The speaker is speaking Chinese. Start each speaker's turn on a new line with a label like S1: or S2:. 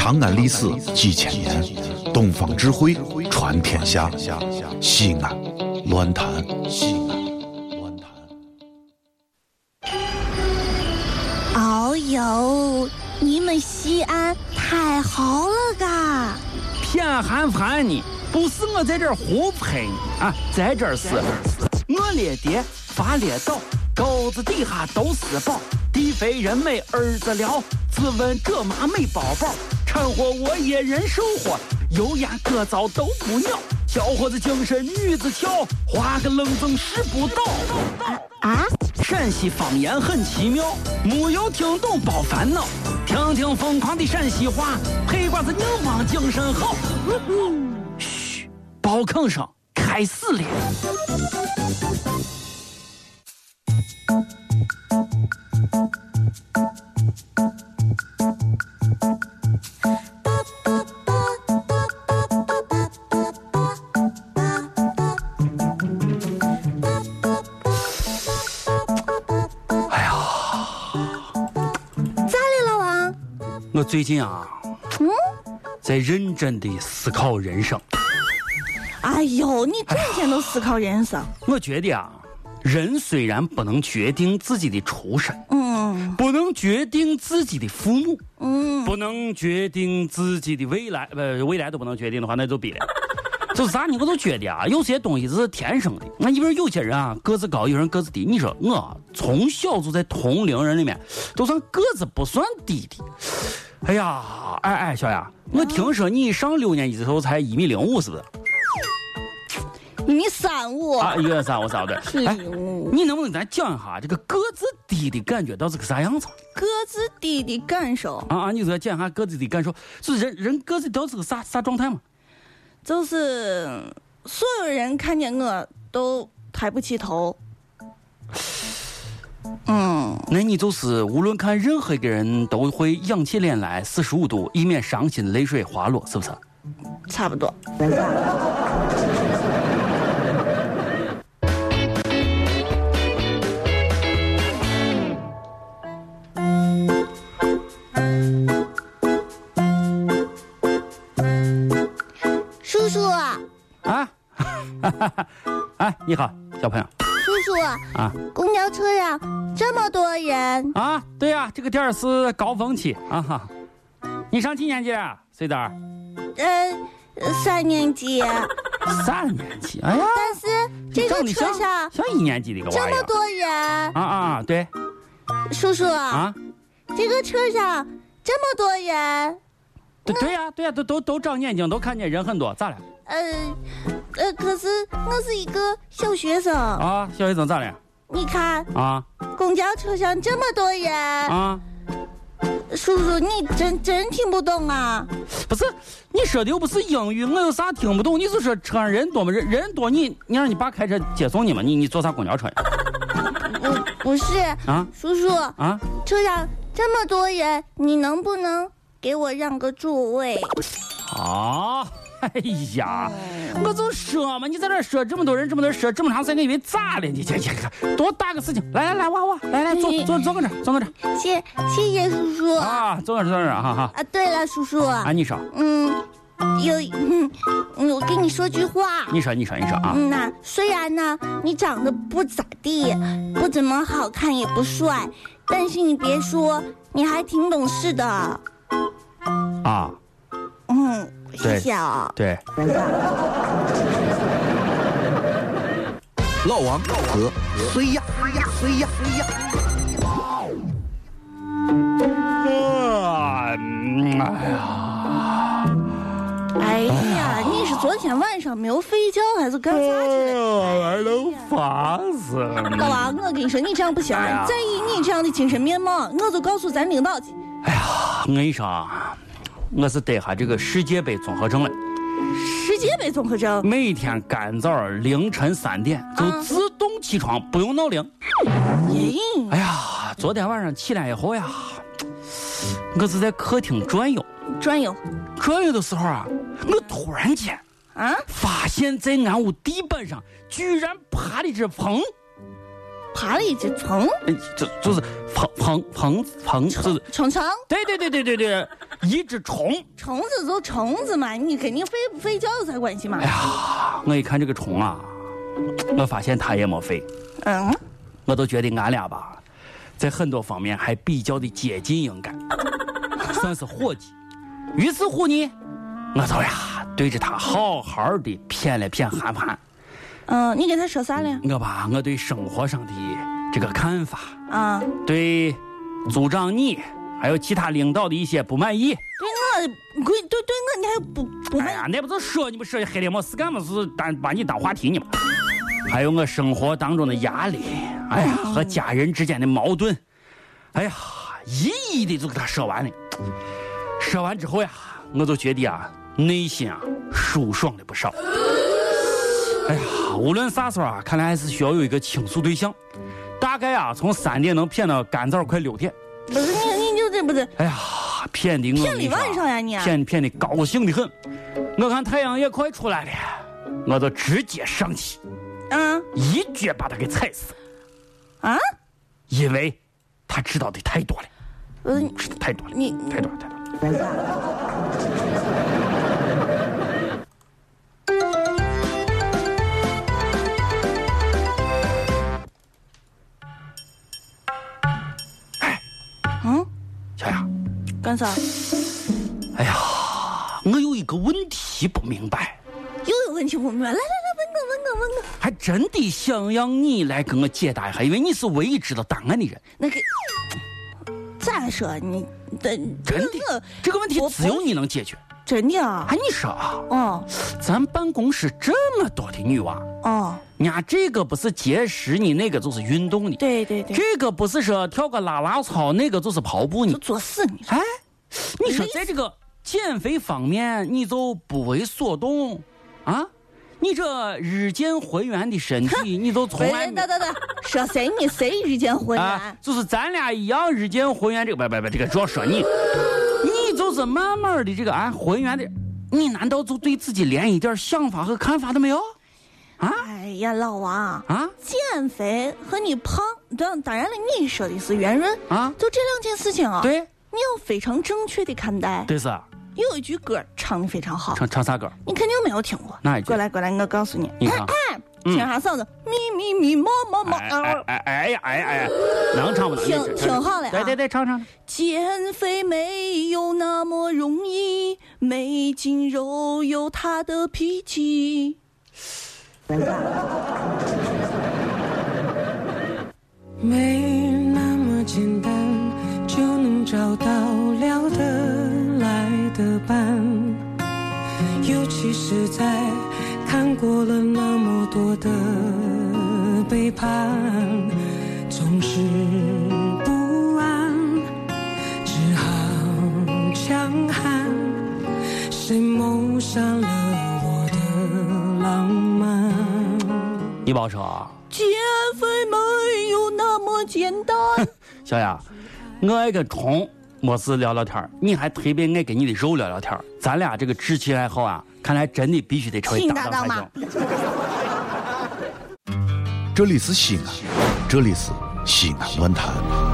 S1: 长安历史几千年，东方智慧传天下。西安乱谈。
S2: 哦呦，你们西安太好了嘎！
S3: 偏寒寒你，不是我在这儿胡喷你啊，在这儿是我列爹发列倒，沟子底下都是宝，地肥人美儿子了，自问这妈没宝宝，掺和我也人生活，油盐各糟都不尿，小伙子精神女子俏，画个愣风使不倒。陕西方言很奇妙，没有听懂别烦恼，听听疯狂的陕西话，黑瓜子硬邦精神好。嘘，包吭声开始了。我最近在认真的思考人生。
S2: 哎呦，你整天都思考人生。
S3: 我觉得人虽然不能决定自己的出身，不能决定自己的父母，不能决定自己的未来，未来都不能决定的话，那就比了。就是啥呢？我都觉得有些东西是天生的。那因为有些人个子高，有人个子低。你说我从小就在同龄人里面都算个子不算低的。哎呀，小雅，我听说你上6年级的时候才1.05米，是不是
S2: ？1.35米啊
S3: ，1.35米对。你能不能咱讲一下这个个子低的感觉到是个啥样子？
S2: 个子低的感受
S3: 你就讲一下个子低的感受，就是人个子低是个啥状态吗？
S2: 就是所有人看见我都抬不起头。
S3: 那你就是无论看任何一个人都会仰起脸来45度，以免伤心泪水滑落，是不是？
S2: 差不多。
S4: 叔叔
S3: 你好，小朋友。
S4: 叔叔公交车上这么多人
S3: 对呀，这个点是高峰期你上几年级啊，随子
S4: ？3年级。
S3: 3年级，哎呀！
S4: 但是这个车上
S3: 像1年级的一个娃
S4: 这么多人
S3: 对。
S4: 叔叔这个车上这么多人。
S3: 对呀，都长眼睛，都看见人很多，咋了？
S4: 可是我是一个小学生
S3: 小学生咋了？
S4: 你看公交车上这么多人叔叔你真听不懂啊？
S3: 不是，你说的又不是英语，我有啥听不懂？你就说车上人多吗？人多你让你爸开车接送你吗？你坐啥公交车呀？
S4: 不是叔叔车上这么多人，你能不能给我让个座位？
S3: 哎呀，我就说嘛，你在这说这么多人，说这么长时间，你以为咋了？你这多大个事情！来，娃，来，坐个这。
S4: 谢谢叔叔
S3: 坐个这
S4: 对了，叔叔
S3: 你说
S4: 我跟你说句话。
S3: 你说
S4: 那虽然呢你长得不咋地，不怎么好看也不帅，但是你别说，你还挺懂事的谢谢
S3: 对。
S1: 老王和谁呀？
S2: 哎呀，你是昨天晚上没有睡觉还是干啥去了？
S3: 来都烦死了。
S2: 老王，我跟你说，你这样不行，在意你这样的精神面貌，我就告诉咱领导去。
S3: 我跟你说我是得下这个世界杯综合症了。
S2: 世界杯综合症？
S3: 每天干早凌晨3点就自动起床，不用闹铃。哎呀，昨天晚上起来以后呀，我是在客厅转悠的时候我突然间发现在俺屋地板上居然爬了一只鹏。
S2: 爬了一只虫，
S3: 就是鹏，就是
S2: 虫，
S3: 对， 一只虫
S4: 子就虫子嘛，你肯定飞不飞觉有啥关系嘛？
S3: 哎呀，我一看这个虫啊，我发现它也没飞。我都觉得俺俩吧，在很多方面还比较的接近，应该算是伙计。于是乎呢，我就对着他好好的谝了谝韩寒。
S4: 你给他说啥了？
S3: 我把我对生活上的这个看法对组长你还有其他领导的一些不满意。
S4: 对我你还不满意？
S3: 哎呀，那不是说你们说黑脸没事干嘛，是把你当话题呢吗？还有我生活当中的压力，哎呀，和家人之间的矛盾，哎呀，一一的就给他说完了。说完之后呀，我就觉得内心舒爽了不少。哎呀，无论啥时候看来还是需要有一个倾诉对象。大概从3点能骗到干早快6点。
S4: 不是你就这不是？
S3: 哎呀，骗的我
S4: 骗你晚上呀你！
S3: 骗的高兴的很。我看太阳也快出来了，我就直接上去，一脚把他给踩死。因为他知道的太多了，知道太多了，太多了。小雅，
S4: 干啥？
S3: 哎呀，我有一个问题不明白。
S4: 又有问题不明白？来，问我。
S3: 还真的想让你来跟我解答一下，因为你是唯一知道答案的人。
S4: 那个咋说你？
S3: 真的，这个问题只有你能解决。
S4: 真的啊？
S3: 你说咱办公室这么多的女娃伢这个不是节食呢，那个就是运动呢。
S4: 对，
S3: 这个不是说跳个啦啦操，那个就是跑步呢。
S4: 就作死你。
S3: 你说在这个减肥方面，你就不为所动你这日渐浑圆的身体，你都从来没。
S4: 等，说谁日渐浑圆？
S3: 就是咱俩一样日渐浑圆。这个不，这个主要说你就是慢慢的这个浑圆的，你难道就对自己连一点想法和看法都没有？
S4: 哎呀，老王减肥和你胖，当然了，你说的是圆润就这2件事情
S3: 对，
S4: 你要非常正确的看待。
S3: 对是。
S4: 有一句歌唱得非常好，
S3: 唱啥歌？
S4: 你肯定没有听过。
S3: 哪一句？
S4: 过来，我告诉你。
S3: 你看，
S4: 听下嗓子，咪嘛。
S3: 哎呀，能唱不能？
S4: 挺好了。
S3: 对，唱。
S4: 减肥没有那么容易，没筋肉有它的脾气。
S5: 没那么简单就能找到聊得来的伴，尤其是在看过了那么多的背叛，总是不安，只好强悍，谁谋杀了我的浪漫？
S3: 你别说
S4: 减肥没有那么简单。
S3: 小雅，我爱跟虫没事聊天，你还特别爱跟你的肉聊天，咱俩这个志气爱好看来真的必须得成为搭档才行。
S1: 这里是西安，这里是西安论坛。